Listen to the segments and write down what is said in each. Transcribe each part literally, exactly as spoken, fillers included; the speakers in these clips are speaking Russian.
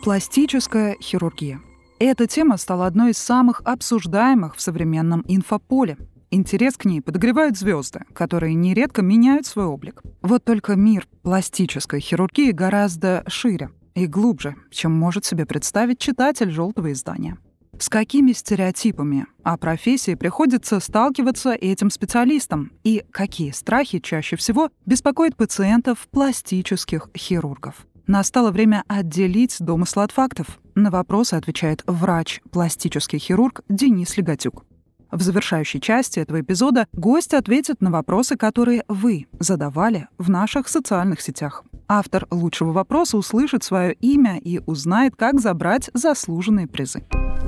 Пластическая хирургия. Эта тема стала одной из самых обсуждаемых в современном инфополе. Интерес к ней подогревают звезды, которые нередко меняют свой облик. Вот только мир пластической хирургии гораздо шире и глубже, чем может себе представить читатель «Желтого издания». С какими стереотипами о профессии приходится сталкиваться этим специалистам и какие страхи чаще всего беспокоят пациентов пластических хирургов? Настало время отделить домыслы от фактов. На вопросы отвечает врач-пластический хирург Денис Легатюк. В завершающей части этого эпизода гость ответит на вопросы, которые вы задавали в наших социальных сетях. Автор лучшего вопроса услышит свое имя и узнает, как забрать заслуженные призы.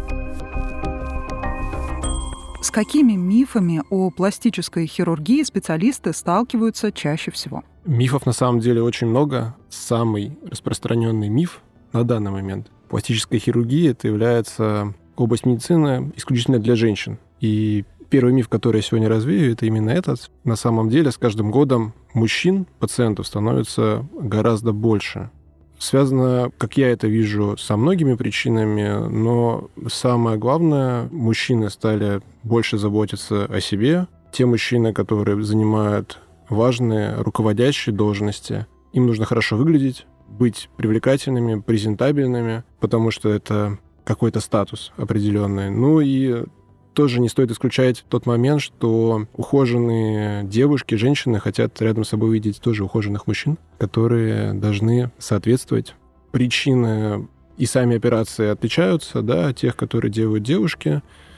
С какими мифами о пластической хирургии специалисты сталкиваются чаще всего? Мифов на самом деле очень много. Самый распространенный миф на данный момент. Пластическая хирургия — это является область медицины исключительно для женщин. И первый миф, который я сегодня развею, это именно этот. На самом деле с каждым годом мужчин, пациентов, становится гораздо больше. Связано, как я это вижу, со многими причинами, но самое главное, мужчины стали больше заботиться о себе. Те мужчины, которые занимают важные руководящие должности, им нужно хорошо выглядеть, быть привлекательными, презентабельными, потому что это какой-то статус определенный. Ну и тоже не стоит исключать тот момент, что ухоженные девушки, женщины хотят рядом с собой видеть тоже ухоженных мужчин, которые должны соответствовать. Причины и сами операции отличаются, да, от тех, которые делают девушки.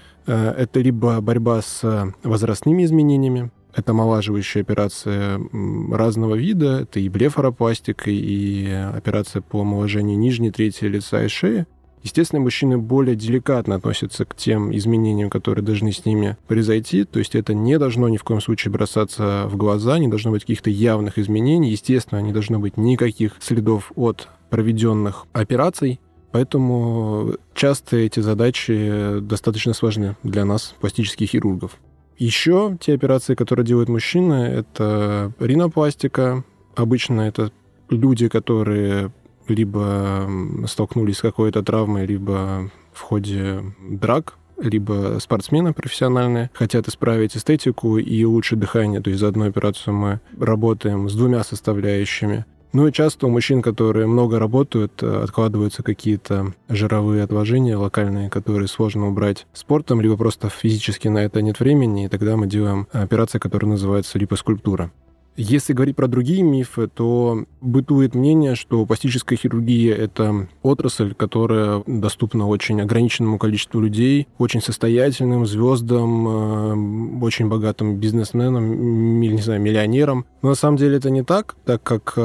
Это либо борьба с возрастными изменениями, это омолаживающая операция разного вида, это и блефаропластика, и операция по омоложению нижней трети лица и шеи. Естественно, мужчины более деликатно относятся к тем изменениям, которые должны с ними произойти. То есть это не должно ни в коем случае бросаться в глаза, не должно быть каких-то явных изменений. Естественно, не должно быть никаких следов от проведенных операций. Поэтому часто эти задачи достаточно сложны для нас, пластических хирургов. Еще те операции, которые делают мужчины, это ринопластика. Обычно это люди, которые либо столкнулись с какой-то травмой, либо в ходе драк, либо спортсмены профессиональные хотят исправить эстетику и улучшить дыхание. То есть за одну операцию мы работаем с двумя составляющими. Ну и часто у мужчин, которые много работают, откладываются какие-то жировые отложения локальные, которые сложно убрать спортом, либо просто физически на это нет времени, и тогда мы делаем операцию, которая называется липоскульптура. Если говорить про другие мифы, то бытует мнение, что пластическая хирургия — это отрасль, которая доступна очень ограниченному количеству людей, очень состоятельным звездам, очень богатым бизнесменам, не знаю, миллионерам. Но на самом деле это не так, так как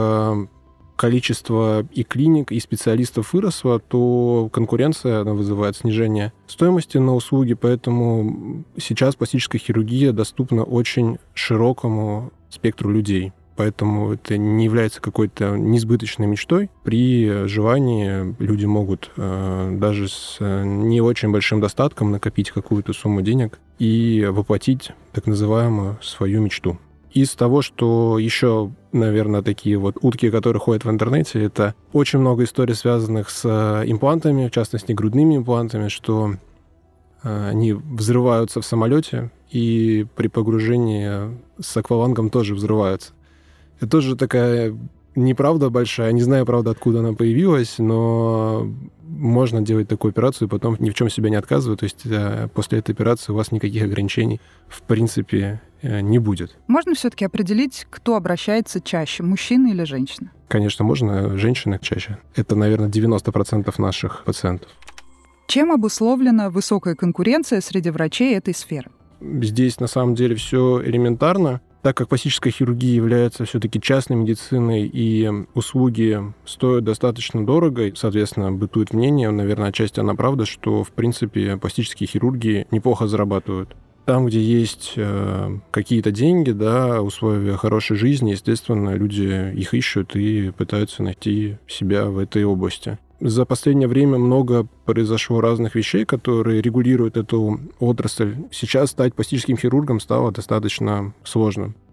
количество и клиник, и специалистов выросло, то конкуренция, она вызывает снижение стоимости на услуги, поэтому сейчас пластическая хирургия доступна очень широкому спектру людей. Поэтому это не является какой-то несбыточной мечтой. При желании люди могут э, даже с не очень большим достатком накопить какую-то сумму денег и воплотить так называемую свою мечту. Из того, что еще, наверное, такие вот утки, которые ходят в интернете, это очень много историй, связанных с имплантами, в частности, грудными имплантами, что они взрываются в самолете и при погружении с аквалангом тоже взрываются. Это тоже такая неправда большая. Не знаю, правда, откуда она появилась, но можно делать такую операцию и потом ни в чем себе не отказывать. То есть после этой операции у вас никаких ограничений в принципе не будет. Можно все-таки определить, кто обращается чаще, мужчина или женщина? Конечно, можно. Женщины чаще. Это, наверное, девяносто процентов наших пациентов. Чем обусловлена высокая конкуренция среди врачей этой сферы? Здесь на самом деле все элементарно. Так как пластическая хирургия является все-таки частной медициной и услуги стоят достаточно дорого, соответственно, бытует мнение, наверное, отчасти она правда, что, в принципе, пластические хирурги неплохо зарабатывают. Там, где есть э, какие-то деньги, да, условия хорошей жизни, естественно, люди их ищут и пытаются найти себя в этой области. За последнее время много произошло разных вещей, которые регулируют эту отрасль. Сейчас стать пластическим хирургом стало достаточно сложно,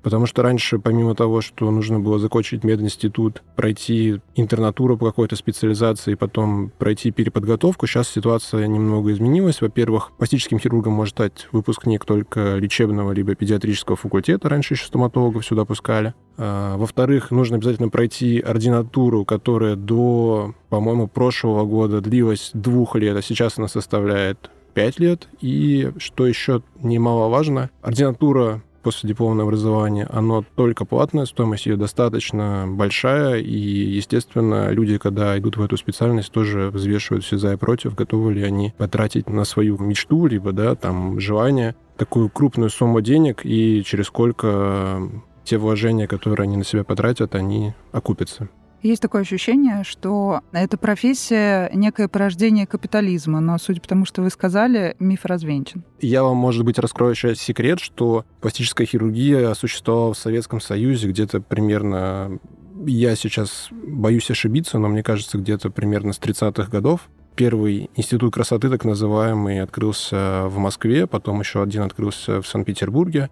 Потому что раньше, помимо того, что нужно было закончить мединститут, пройти интернатуру по какой-то специализации, потом пройти переподготовку, сейчас ситуация немного изменилась. Во-первых, пластическим хирургом может стать выпускник только лечебного либо педиатрического факультета. Раньше еще стоматологов сюда пускали. А, во-вторых, нужно обязательно пройти ординатуру, которая до, по-моему, прошлого года длилась двух лет, а сейчас она составляет пять лет. И, что еще немаловажно, ординатура после дипломного образования, оно только платное, стоимость ее достаточно большая, и, естественно, люди, когда идут в эту специальность, тоже взвешивают все за и против, готовы ли они потратить на свою мечту, либо, да, там, желание, такую крупную сумму денег, и через сколько те вложения, которые они на себя потратят, они окупятся. Есть такое ощущение, что эта профессия — некое порождение капитализма, но, судя по тому, что вы сказали, миф развенчан. Я вам, может быть, раскрою сейчас секрет, что пластическая хирургия существовала в Советском Союзе где-то примерно, я сейчас боюсь ошибиться, но мне кажется, где-то примерно с тридцатых годов. Первый институт красоты, так называемый, открылся в Москве, потом еще один открылся в Санкт-Петербурге,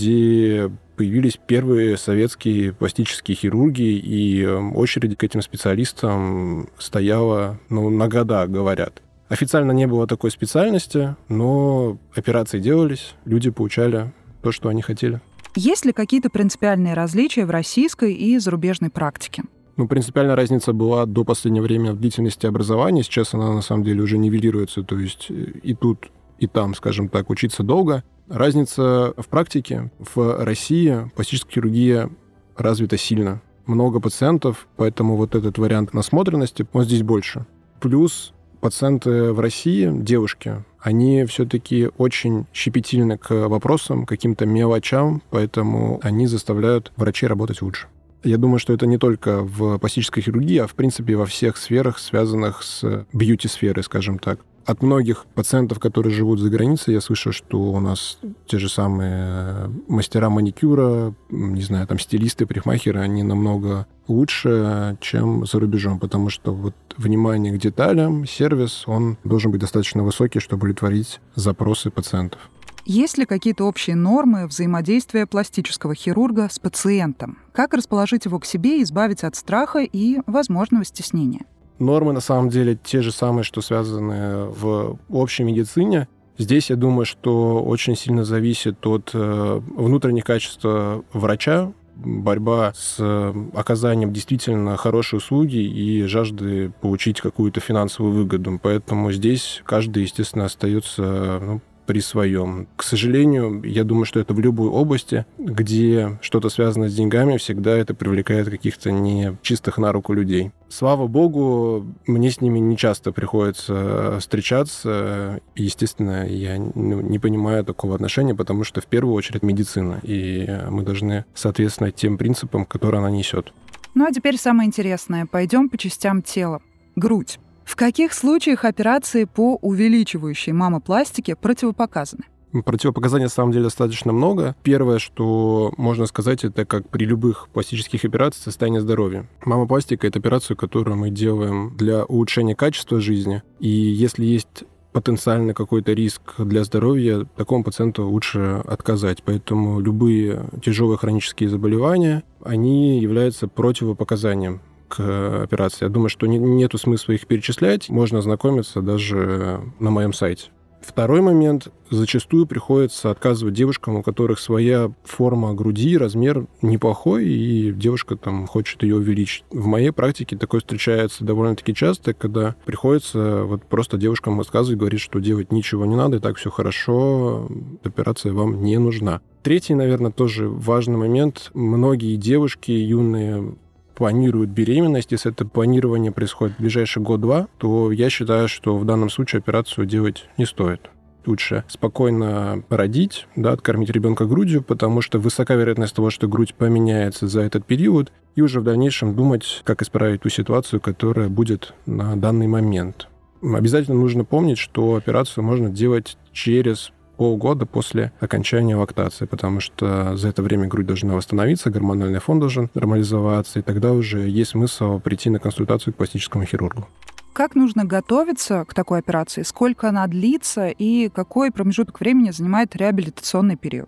где появились первые советские пластические хирурги, и очередь к этим специалистам стояла, ну, на года, говорят. Официально не было такой специальности, но операции делались, люди получали то, что они хотели. Есть ли какие-то принципиальные различия в российской и зарубежной практике? Ну, принципиальная разница была до последнего времени в длительности образования. Сейчас она, на самом деле, уже нивелируется. То есть и тут, и там, скажем так, учиться долго. Разница в практике. В России пластическая хирургия развита сильно. Много пациентов, поэтому вот этот вариант насмотренности, он здесь больше. Плюс пациенты в России, девушки, они все-таки очень щепетильны к вопросам, каким-то мелочам, поэтому они заставляют врачей работать лучше. Я думаю, что это не только в пластической хирургии, а в принципе во всех сферах, связанных с бьюти-сферой, скажем так. От многих пациентов, которые живут за границей, я слышу, что у нас те же самые мастера маникюра, не знаю, там стилисты, парикмахеры, они намного лучше, чем за рубежом, потому что вот внимание к деталям, сервис, он должен быть достаточно высокий, чтобы удовлетворить запросы пациентов. Есть ли какие-то общие нормы взаимодействия пластического хирурга с пациентом? Как расположить его к себе и избавить от страха и возможного стеснения? Нормы, на самом деле, те же самые, что связаны в общей медицине. Здесь, я думаю, что очень сильно зависит от внутренних качеств врача, борьба с оказанием действительно хорошей услуги и жажды получить какую-то финансовую выгоду. Поэтому здесь каждый, естественно, остается, ну, при своем. К сожалению, я думаю, что это в любой области, где что-то связано с деньгами, всегда это привлекает каких-то не чистых на руку людей. Слава богу, мне с ними не часто приходится встречаться. Естественно, я не понимаю такого отношения, потому что в первую очередь медицина, и мы должны соответствовать тем принципам, которые она несет. Ну а теперь самое интересное. Пойдем по частям тела. Грудь. В каких случаях операции по увеличивающей мамопластике противопоказаны? Противопоказаний, на самом деле, достаточно много. Первое, что можно сказать, это как при любых пластических операциях состояние здоровья. Мамопластика — это операция, которую мы делаем для улучшения качества жизни. И если есть потенциально какой-то риск для здоровья, такому пациенту лучше отказать. Поэтому любые тяжелые хронические заболевания, они являются противопоказанием к операции. Я думаю, что не, нету смысла их перечислять. Можно ознакомиться даже на моем сайте. Второй момент. Зачастую приходится отказывать девушкам, у которых своя форма груди, размер неплохой, и девушка там хочет ее увеличить. В моей практике такое встречается довольно-таки часто, когда приходится вот просто девушкам отказывать, говорить, что делать ничего не надо, и так все хорошо, операция вам не нужна. Третий, наверное, тоже важный момент. Многие девушки юные планируют беременность, если это планирование происходит в ближайший год-два, то я считаю, что в данном случае операцию делать не стоит. Лучше спокойно родить, да, откормить ребенка грудью, потому что высока вероятность того, что грудь поменяется за этот период, и уже в дальнейшем думать, как исправить ту ситуацию, которая будет на данный момент. Обязательно нужно помнить, что операцию можно делать через полгода после окончания лактации, потому что за это время грудь должна восстановиться, гормональный фон должен нормализоваться, и тогда уже есть смысл прийти на консультацию к пластическому хирургу. Как нужно готовиться к такой операции? Сколько она длится и какой промежуток времени занимает реабилитационный период?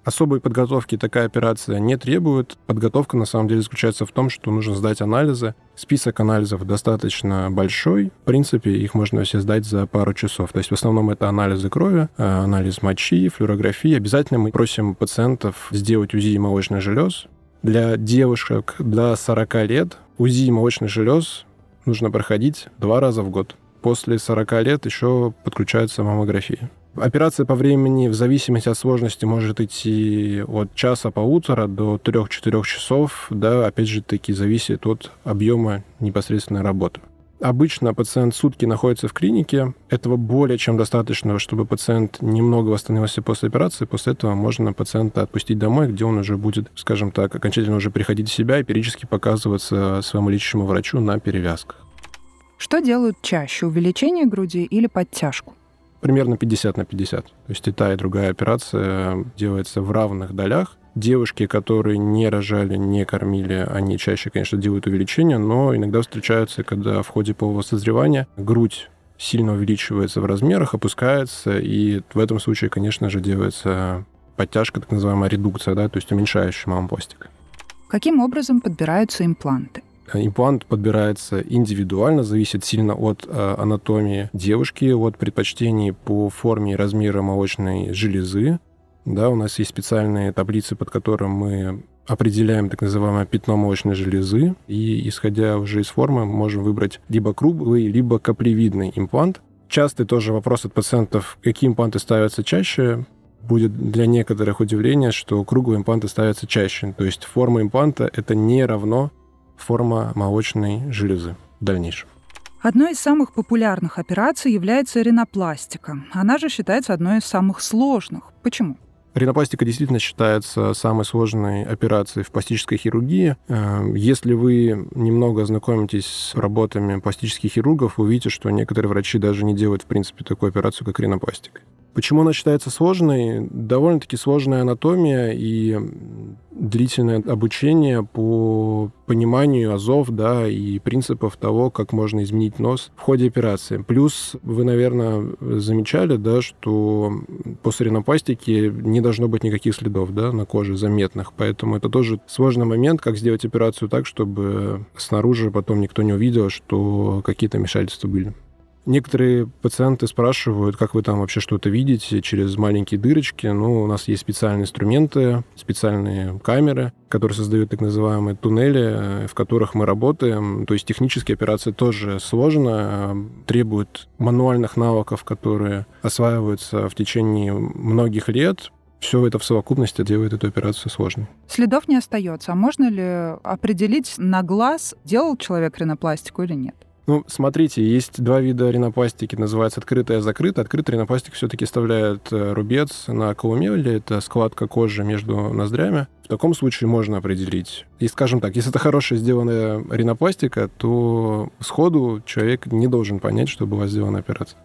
Особой подготовки такая операция не требует. Подготовка, на самом деле, заключается в том, что нужно сдать анализы. Список анализов достаточно большой. В принципе, их можно все сдать за пару часов. То есть в основном это анализы крови, анализ мочи, флюорография. Обязательно мы просим пациентов сделать УЗИ молочных желез. Для девушек до сорока лет УЗИ молочных желез нужно проходить два раза в год. После сорока лет еще подключается маммография. Операция по времени в зависимости от сложности может идти от часа-полутора до трех-четырех часов, да, опять же таки зависит от объема непосредственной работы. Обычно пациент сутки находится в клинике. Этого более чем достаточно, чтобы пациент немного восстановился после операции. После этого можно пациента отпустить домой, где он уже будет, скажем так, окончательно уже приходить в себя и периодически показываться своему лечащему врачу на перевязках. Что делают чаще, увеличение груди или подтяжку? Примерно пятьдесят на пятьдесят. То есть и та, и другая операция делается в равных долях. Девушки, которые не рожали, не кормили, они чаще, конечно, делают увеличение, но иногда встречаются, когда в ходе полового созревания грудь сильно увеличивается в размерах, опускается, и в этом случае, конечно же, делается подтяжка, так называемая редукция, да, то есть уменьшающая маммопластика. Каким образом подбираются импланты? Имплант подбирается индивидуально, зависит сильно от э, анатомии девушки, от предпочтений по форме и размеру молочной железы. Да, у нас есть специальные таблицы, под которым мы определяем так называемое пятно молочной железы, и, исходя уже из формы, мы можем выбрать либо круглый, либо каплевидный имплант. Частый тоже вопрос от пациентов, какие импланты ставятся чаще. Будет для некоторых удивление, что круглые импланты ставятся чаще. То есть форма импланта — это не равно форма молочной железы в дальнейшем. Одной из самых популярных операций является ринопластика. Она же считается одной из самых сложных. Почему? Ринопластика действительно считается самой сложной операцией в пластической хирургии. Если вы немного ознакомитесь с работами пластических хирургов, вы увидите, что некоторые врачи даже не делают, в принципе, такую операцию, как ринопластика. Почему она считается сложной? Довольно-таки сложная анатомия и длительное обучение по пониманию азов, да, и принципов того, как можно изменить нос в ходе операции. Плюс вы, наверное, замечали, да, что после ринопластики не должно быть никаких следов, да, на коже заметных. Поэтому это тоже сложный момент, как сделать операцию так, чтобы снаружи потом никто не увидел, что какие-то вмешательства были. Некоторые пациенты спрашивают, как вы там вообще что-то видите через маленькие дырочки. Ну, у нас есть специальные инструменты, специальные камеры, которые создают так называемые туннели, в которых мы работаем. То есть технически операция тоже сложна, требует мануальных навыков, которые осваиваются в течение многих лет. Все это в совокупности делает эту операцию сложной. Следов не остается. А можно ли определить на глаз, делал человек ринопластику или нет? Ну, смотрите, есть два вида ринопластики, называется открытая и закрытая. Открытая ринопластика все-таки оставляет рубец на колумеле, это складка кожи между ноздрями. В таком случае можно определить. И, скажем так, если это хорошая сделанная ринопластика, то сходу человек не должен понять, что была сделана операция.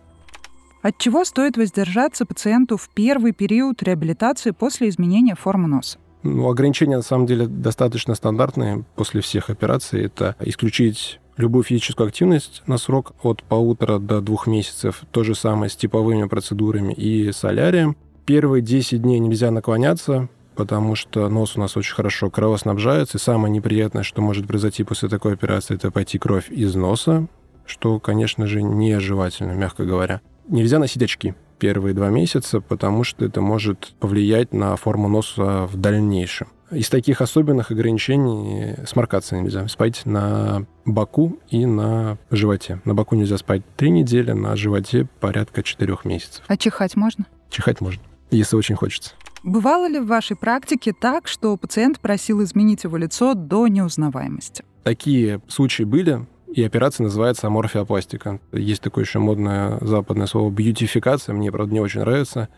От чего стоит воздержаться пациенту в первый период реабилитации после изменения формы носа? Ну, ограничения, на самом деле, достаточно стандартные после всех операций. Это исключить любую физическую активность на срок от полутора до двух месяцев. То же самое с типовыми процедурами и солярием. Первые десять дней нельзя наклоняться, потому что нос у нас очень хорошо кровоснабжается. И самое неприятное, что может произойти после такой операции, это пойти кровь из носа, что, конечно же, нежелательно, мягко говоря. Нельзя носить очки первые два месяца, потому что это может повлиять на форму носа в дальнейшем. Из таких особенных ограничений сморкаться нельзя. Спать на боку и на животе. На боку нельзя спать три недели, на животе порядка четырех месяцев. А чихать можно? Чихать можно, если очень хочется. Бывало ли в вашей практике так, что пациент просил изменить его лицо до неузнаваемости? Такие случаи были. И операция называется аморфеопластика. Есть такое еще модное западное слово «бьютификация». Мне, правда, не очень нравится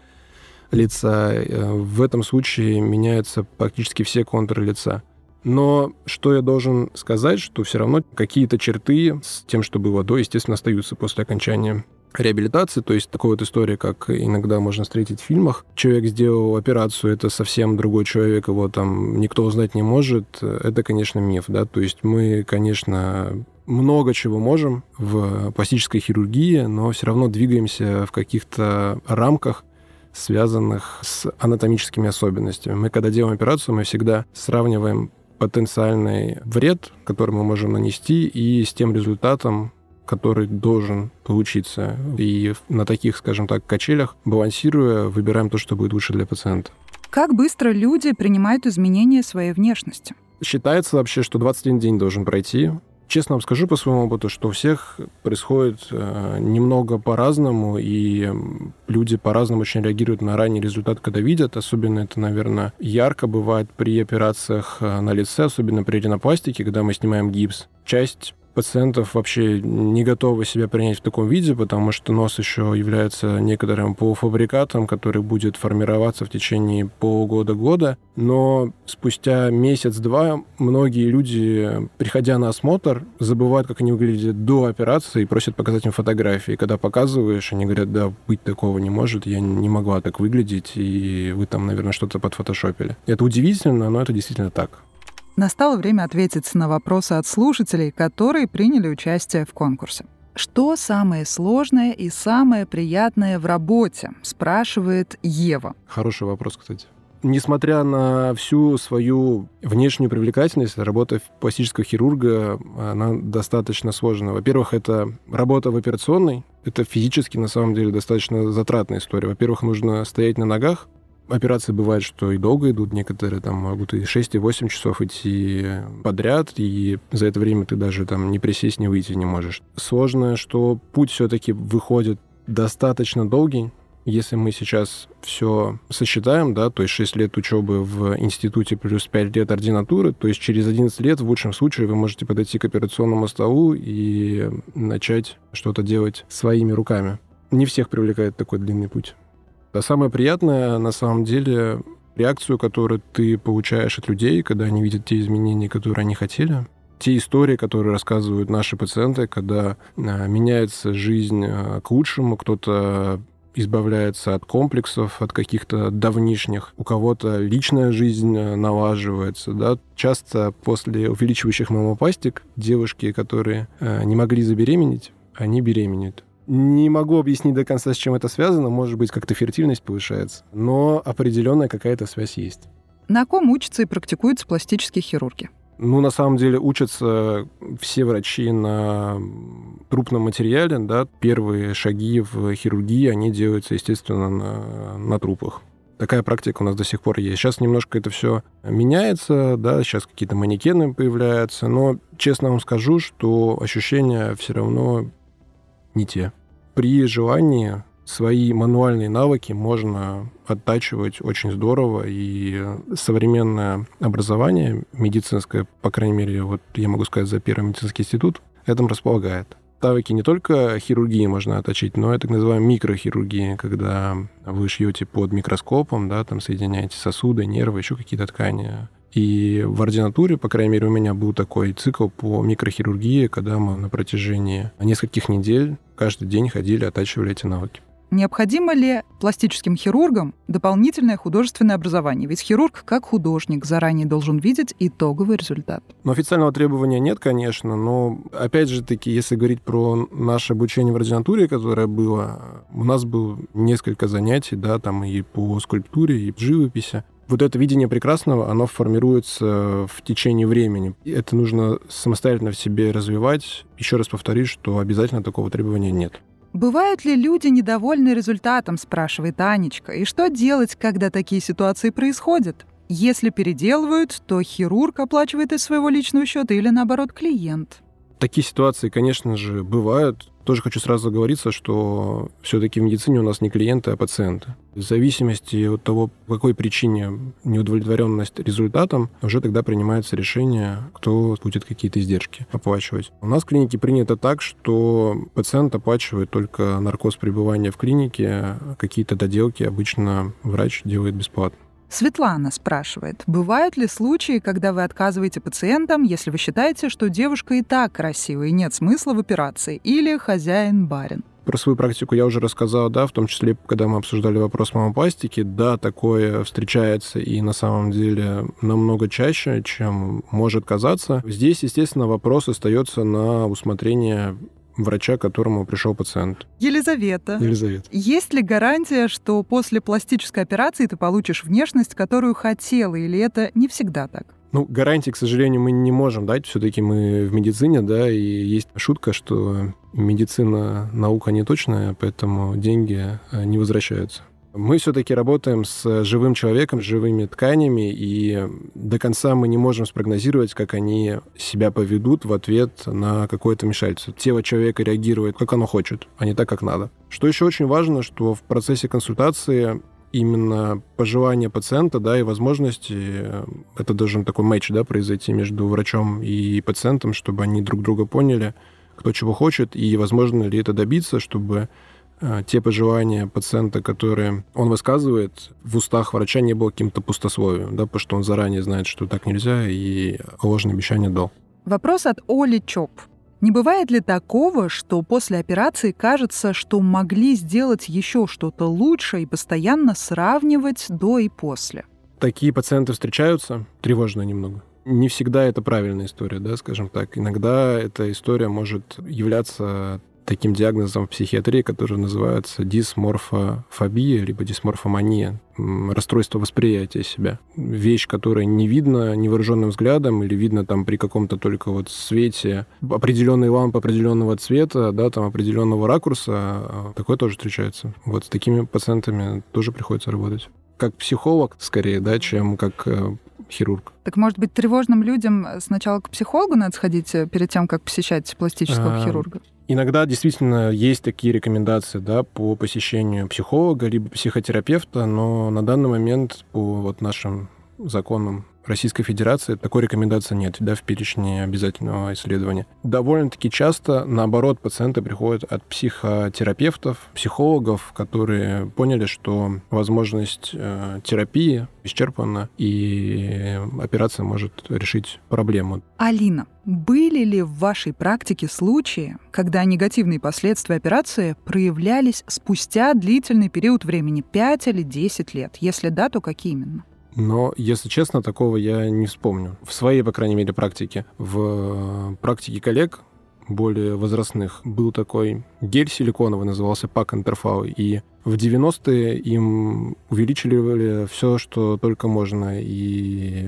лица. В этом случае меняются практически все контуры лица. Но что я должен сказать, что все равно какие-то черты с тем, что было до, естественно, остаются после окончания реабилитации. То есть такая вот история, как иногда можно встретить в фильмах. Человек сделал операцию, это совсем другой человек, его там никто узнать не может. Это, конечно, миф, да. То есть мы, конечно, много чего можем в пластической хирургии, но все равно двигаемся в каких-то рамках, связанных с анатомическими особенностями. Мы, когда делаем операцию, мы всегда сравниваем потенциальный вред, который мы можем нанести, и с тем результатом, который должен получиться. И на таких, скажем так, качелях, балансируя, выбираем то, что будет лучше для пациента. Как быстро люди принимают изменения своей внешности? Считается вообще, что двадцать один день должен пройти. Честно вам скажу по своему опыту, что у всех происходит э, немного по-разному, и люди по-разному очень реагируют на ранний результат, когда видят. Особенно это, наверное, ярко бывает при операциях на лице, особенно при ринопластике, когда мы снимаем гипс. Часть пациентов вообще не готовы себя принять в таком виде, потому что нос еще является некоторым полуфабрикатом, который будет формироваться в течение полугода-года. Но спустя месяц-два многие люди, приходя на осмотр, забывают, как они выглядят до операции, и просят показать им фотографии. Когда показываешь, они говорят: да, быть такого не может, я не могла так выглядеть, и вы там, наверное, что-то подфотошопили. Это удивительно, но это действительно так. Настало время ответить на вопросы от слушателей, которые приняли участие в конкурсе. Что самое сложное и самое приятное в работе? Спрашивает Ева. Хороший вопрос, кстати. Несмотря на всю свою внешнюю привлекательность, работа пластического хирурга, она достаточно сложная. Во-первых, это работа в операционной. Это физически, на самом деле, достаточно затратная история. Во-первых, нужно стоять на ногах. Операции бывает, что и долго идут, некоторые там могут и шесть, и восемь часов идти подряд, и за это время ты даже там не присесть, не выйти не можешь. Сложно, что путь все-таки выходит достаточно долгий. Если мы сейчас все сосчитаем, да, то есть шесть лет учебы в институте плюс пять лет ординатуры, то есть через одиннадцать лет в лучшем случае вы можете подойти к операционному столу и начать что-то делать своими руками. Не всех привлекает такой длинный путь. А самое приятное, на самом деле, реакцию, которую ты получаешь от людей, когда они видят те изменения, которые они хотели. Те истории, которые рассказывают наши пациенты, когда а, меняется жизнь а, к лучшему, кто-то избавляется от комплексов, от каких-то давнишних. У кого-то личная жизнь налаживается. Да? Часто после увеличивающих маммопластик девушки, которые а, не могли забеременеть, они беременеют. Не могу объяснить до конца, с чем это связано. Может быть, как-то фертильность повышается. Но определенная какая-то связь есть. На ком учатся и практикуются пластические хирурги? Ну, на самом деле, учатся все врачи на трупном материале. Да? Первые шаги в хирургии, они делаются, естественно, на, на трупах. Такая практика у нас до сих пор есть. Сейчас немножко это все меняется, да, сейчас какие-то манекены появляются. Но, честно вам скажу, что ощущения все равно не те. При желании свои мануальные навыки можно оттачивать очень здорово, и современное образование медицинское, по крайней мере, вот я могу сказать за Первый медицинский институт, этим располагает. Навыки не только хирургии можно отточить, но и так называемой микрохирургии, когда вы шьете под микроскопом, да, там соединяете сосуды, нервы, еще какие-то ткани. И в ординатуре, по крайней мере, у меня был такой цикл по микрохирургии, когда мы на протяжении нескольких недель каждый день ходили, оттачивали эти навыки. Необходимо ли пластическим хирургам дополнительное художественное образование? Ведь хирург, как художник, заранее должен видеть итоговый результат. Ну, официального требования нет, конечно, но, опять же таки, если говорить про наше обучение в ординатуре, которое было, у нас было несколько занятий, да, там и по скульптуре, и по живописи. Вот это видение прекрасного, оно формируется в течение времени. Это нужно самостоятельно в себе развивать. Еще раз повторюсь, что обязательно такого требования нет. Бывают ли люди недовольны результатом, спрашивает Анечка. И что делать, когда такие ситуации происходят? Если переделывают, то хирург оплачивает из своего личного счета или, наоборот, клиент? Такие ситуации, конечно же, бывают. Тоже хочу сразу оговориться, что все-таки в медицине у нас не клиенты, а пациенты. В зависимости от того, по какой причине неудовлетворенность результатом, уже тогда принимается решение, кто будет какие-то издержки оплачивать. У нас в клинике принято так, что пациент оплачивает только наркоз пребывания в клинике, какие-то доделки обычно врач делает бесплатно. Светлана спрашивает, бывают ли случаи, когда вы отказываете пациентам, если вы считаете, что девушка и так красивая и нет смысла в операции, или хозяин-барин? Про свою практику я уже рассказал, да, в том числе, когда мы обсуждали вопрос маммопластики. Да, такое встречается и на самом деле намного чаще, чем может казаться. Здесь, естественно, вопрос остается на усмотрение врача, к которому пришел пациент. Елизавета. Елизавета. Есть ли гарантия, что после пластической операции ты получишь внешность, которую хотела, или это не всегда так? Ну, гарантии, к сожалению, мы не можем дать. Все-таки мы в медицине, да, и есть шутка, что медицина — наука не точная, поэтому деньги не возвращаются. Мы все-таки работаем с живым человеком, с живыми тканями, и до конца мы не можем спрогнозировать, как они себя поведут в ответ на какое-то вмешательство. Тело человека реагирует, как оно хочет, а не так, как надо. Что еще очень важно, что в процессе консультации именно пожелания пациента, да, и возможности, это должен такой матч, да, произойти между врачом и пациентом, чтобы они друг друга поняли, кто чего хочет, и возможно ли это добиться, чтобы те пожелания пациента, которые он высказывает, в устах врача не было каким-то пустословием, да, потому что он заранее знает, что так нельзя, и ложные обещания дал. Вопрос от Оли Чоп. Не бывает ли такого, что после операции кажется, что могли сделать еще что-то лучше и постоянно сравнивать до и после? Такие пациенты встречаются, тревожно немного. Не всегда это правильная история, да, скажем так. Иногда эта история может являться таким диагнозом в психиатрии, который называется дисморфофобия, либо дисморфомания, расстройство восприятия себя. Вещь, которая не видно невооруженным взглядом или видно там при каком-то только вот свете определенной лампы определенного цвета, да, там определенного ракурса, такое тоже встречается. Вот с такими пациентами тоже приходится работать. Как психолог, скорее, да, чем как э, хирург. Так, может быть, тревожным людям сначала к психологу надо сходить перед тем, как посещать пластического а, хирурга? Иногда действительно есть такие рекомендации, да, по посещению психолога либо психотерапевта, но на данный момент по вот нашим законам Российской Федерации такой рекомендации нет, да, в перечне обязательного исследования. Довольно-таки часто, наоборот, пациенты приходят от психотерапевтов, психологов, которые поняли, что возможность э, терапии исчерпана, и операция может решить проблему. Алина, были ли в вашей практике случаи, когда негативные последствия операции проявлялись спустя длительный период времени, пять или десять лет? Если да, то какие именно? Но, если честно, такого я не вспомню. В своей, по крайней мере, практике. В практике коллег более возрастных был такой гель силиконовый, назывался пак Интерфау, и в девяностые им увеличивали все, что только можно, и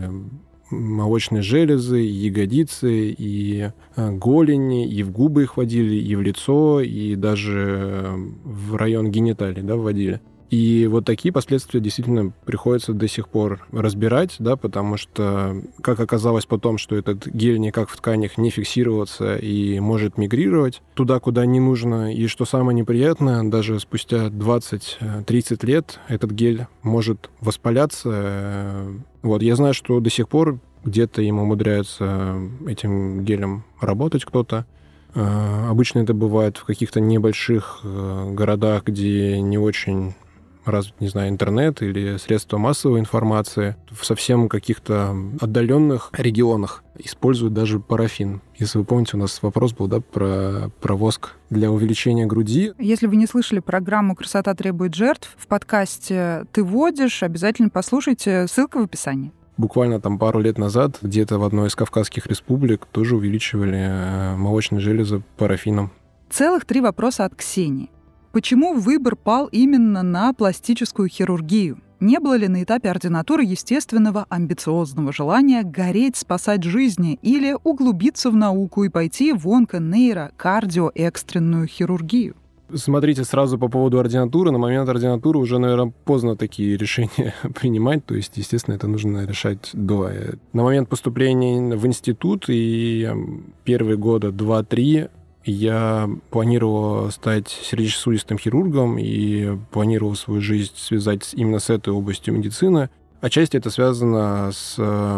молочные железы, и ягодицы, и голени, и в губы их вводили, и в лицо, и даже в район гениталий, да, вводили. И вот такие последствия действительно приходится до сих пор разбирать, да, потому что, как оказалось потом, что этот гель никак в тканях не фиксировался и может мигрировать туда, куда не нужно. И что самое неприятное, даже спустя двадцать-тридцать лет этот гель может воспаляться. Вот, я знаю, что до сих пор где-то им умудряются этим гелем работать кто-то. Обычно это бывает в каких-то небольших городах, где не очень развит, не знаю, интернет или средства массовой информации. В совсем каких-то отдаленных регионах используют даже парафин. Если вы помните, у нас вопрос был, да, про, про воск для увеличения груди. Если вы не слышали программу «Красота требует жертв», в подкасте «Ты водишь», обязательно послушайте, ссылка в описании. Буквально там пару лет назад где-то в одной из кавказских республик тоже увеличивали молочные железы парафином. Целых три вопроса от Ксении. Почему выбор пал именно на пластическую хирургию? Не было ли на этапе ординатуры естественного амбициозного желания гореть, спасать жизни или углубиться в науку и пойти в онко-, нейро-, кардио-, экстренную хирургию? Смотрите, сразу по поводу ординатуры. На момент ординатуры уже, наверное, поздно такие решения принимать. То есть, естественно, это нужно решать до. На момент поступления в институт и первые года два-три я планировал стать сердечно-сосудистым хирургом и планировал свою жизнь связать именно с этой областью медицины. Отчасти это связано с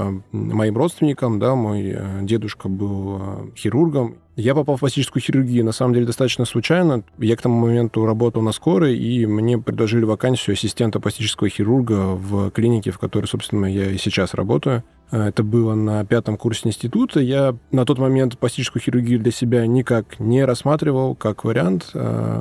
моим родственником, да, мой дедушка был хирургом. Я попал в пластическую хирургию, на самом деле, достаточно случайно. Я к тому моменту работал на скорой, и мне предложили вакансию ассистента пластического хирурга в клинике, в которой, собственно, я и сейчас работаю. Это было на пятом курсе института. Я на тот момент пластическую хирургию для себя никак не рассматривал как вариант.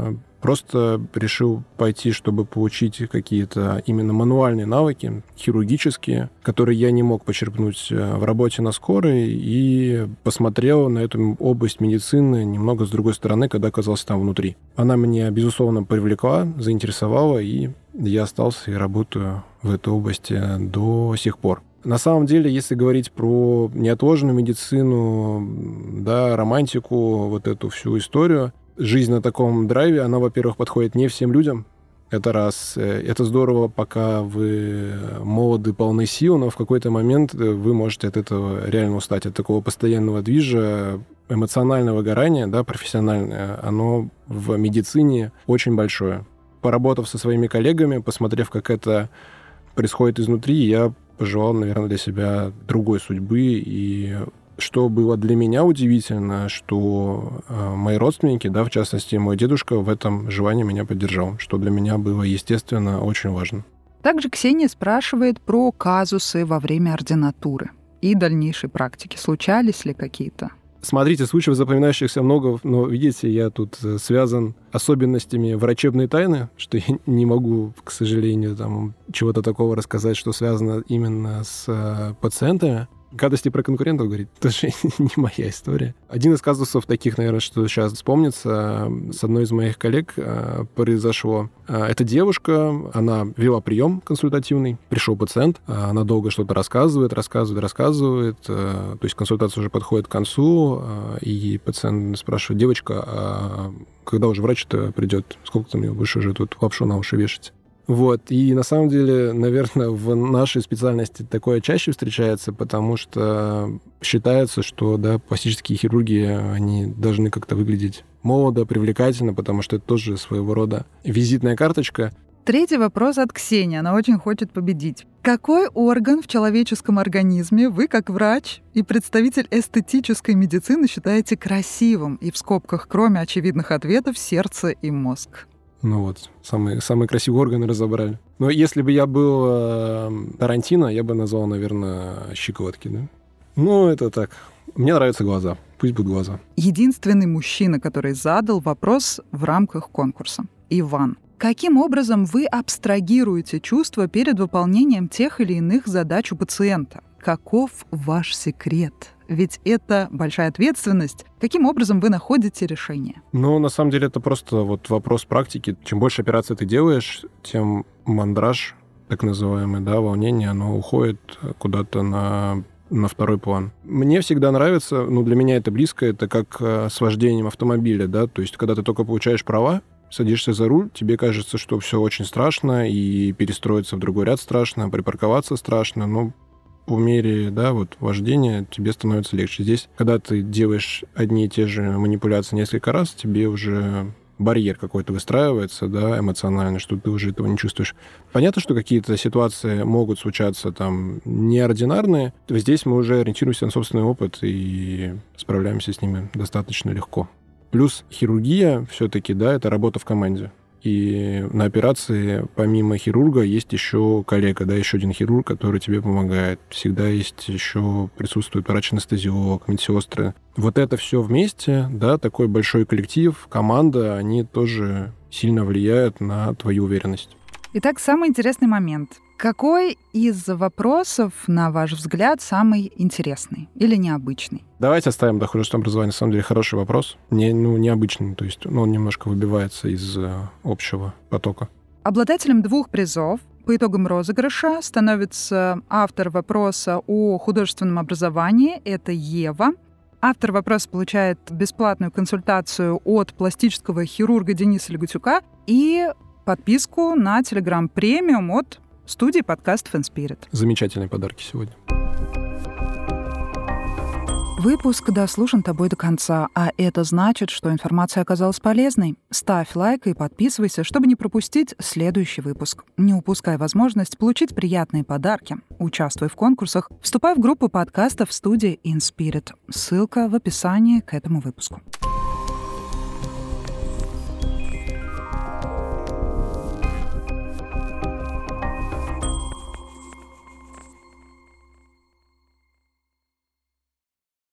Просто решил пойти, чтобы получить какие-то именно мануальные навыки, хирургические, которые я не мог почерпнуть в работе на скорой, и посмотрел на эту область медицины немного с другой стороны, когда оказался там внутри. Она меня, безусловно, привлекла, заинтересовала, и я остался и работаю в этой области до сих пор. На самом деле, если говорить про неотложную медицину, да, романтику, вот эту всю историю, жизнь на таком драйве, она, во-первых, подходит не всем людям. Это раз. Это здорово, пока вы молоды, полны сил, но в какой-то момент вы можете от этого реально устать, от такого постоянного движа, эмоционального выгорания, да, профессиональное, оно в медицине очень большое. Поработав со своими коллегами, посмотрев, как это происходит изнутри, я пожелал, наверное, для себя другой судьбы. И что было для меня удивительно, что э, мои родственники, да, в частности, мой дедушка в этом желании меня поддержал, что для меня было, естественно, очень важно. Также Ксения спрашивает про казусы во время ординатуры и дальнейшей практики. Случались ли какие-то? Смотрите, случаев запоминающихся много, но, видите, я тут связан особенностями врачебной тайны, что я не могу, к сожалению, там, чего-то такого рассказать, что связано именно с э, пациентами. Гадости про конкурентов, говорит, тоже не моя история. Один из казусов таких, наверное, что сейчас вспомнится, с одной из моих коллег э, произошло. Э, эта девушка, она вела прием консультативный, пришел пациент, э, она долго что-то рассказывает, рассказывает, рассказывает, э, то есть консультация уже подходит к концу, э, и пациент спрашивает: девочка, а когда уже врач-то придет? Сколько ты мне будешь уже тут лапшу на уши вешать? Вот. И на самом деле, наверное, в нашей специальности такое чаще встречается, потому что считается, что, да, пластические хирурги, они должны как-то выглядеть молодо, привлекательно, потому что это тоже своего рода визитная карточка. Третий вопрос от Ксении. Она очень хочет победить. Какой орган в человеческом организме вы, как врач и представитель эстетической медицины, считаете красивым? И в скобках, кроме очевидных ответов, сердце и мозг. Ну вот, самые, самые красивые органы разобрали. Но если бы я был э, Тарантино, я бы назвал, наверное, щиколотки, да? Ну, это так. Мне нравятся глаза. Пусть будут глаза. Единственный мужчина, который задал вопрос в рамках конкурса. Иван. Каким образом вы абстрагируете чувства перед выполнением тех или иных задач у пациента? Каков ваш секрет? Ведь это большая ответственность. Каким образом вы находите решение? Ну, на самом деле, это просто вот вопрос практики. Чем больше операций ты делаешь, тем мандраж, так называемый, да, волнение, оно уходит куда-то на, на второй план. Мне всегда нравится, ну, для меня это близко, это как с вождением автомобиля, да, то есть, когда ты только получаешь права, садишься за руль, тебе кажется, что все очень страшно, и перестроиться в другой ряд страшно, припарковаться страшно, но по мере, да, вот, вождения тебе становится легче. Здесь, когда ты делаешь одни и те же манипуляции несколько раз, тебе уже барьер какой-то выстраивается, да, эмоционально, что ты уже этого не чувствуешь. Понятно, что какие-то ситуации могут случаться там неординарные, то здесь мы уже ориентируемся на собственный опыт и справляемся с ними достаточно легко. Плюс хирургия все-таки, да, это работа в команде. И на операции помимо хирурга есть еще коллега, да, еще один хирург, который тебе помогает. Всегда есть еще, присутствует врач-анестезиолог, медсестры. Вот это все вместе, да, такой большой коллектив, команда, они тоже сильно влияют на твою уверенность. Итак, самый интересный момент. Какой из вопросов, на ваш взгляд, самый интересный или необычный? Давайте оставим до художественного образования. На самом деле хороший вопрос. Не, ну, необычный, то есть ну, он немножко выбивается из э, общего потока. Обладателем двух призов по итогам розыгрыша становится автор вопроса о художественном образовании. Это Ева. Автор вопроса получает бесплатную консультацию от пластического хирурга Дениса Легутюка и подписку на Telegram премиум от студии подкастов InSpirit. Замечательные подарки сегодня. Выпуск дослушан тобой до конца, а это значит, что информация оказалась полезной. Ставь лайк и подписывайся, чтобы не пропустить следующий выпуск. Не упускай возможность получить приятные подарки. Участвуй в конкурсах, вступай в группу подкастов студии InSpirit. Ссылка в описании к этому выпуску.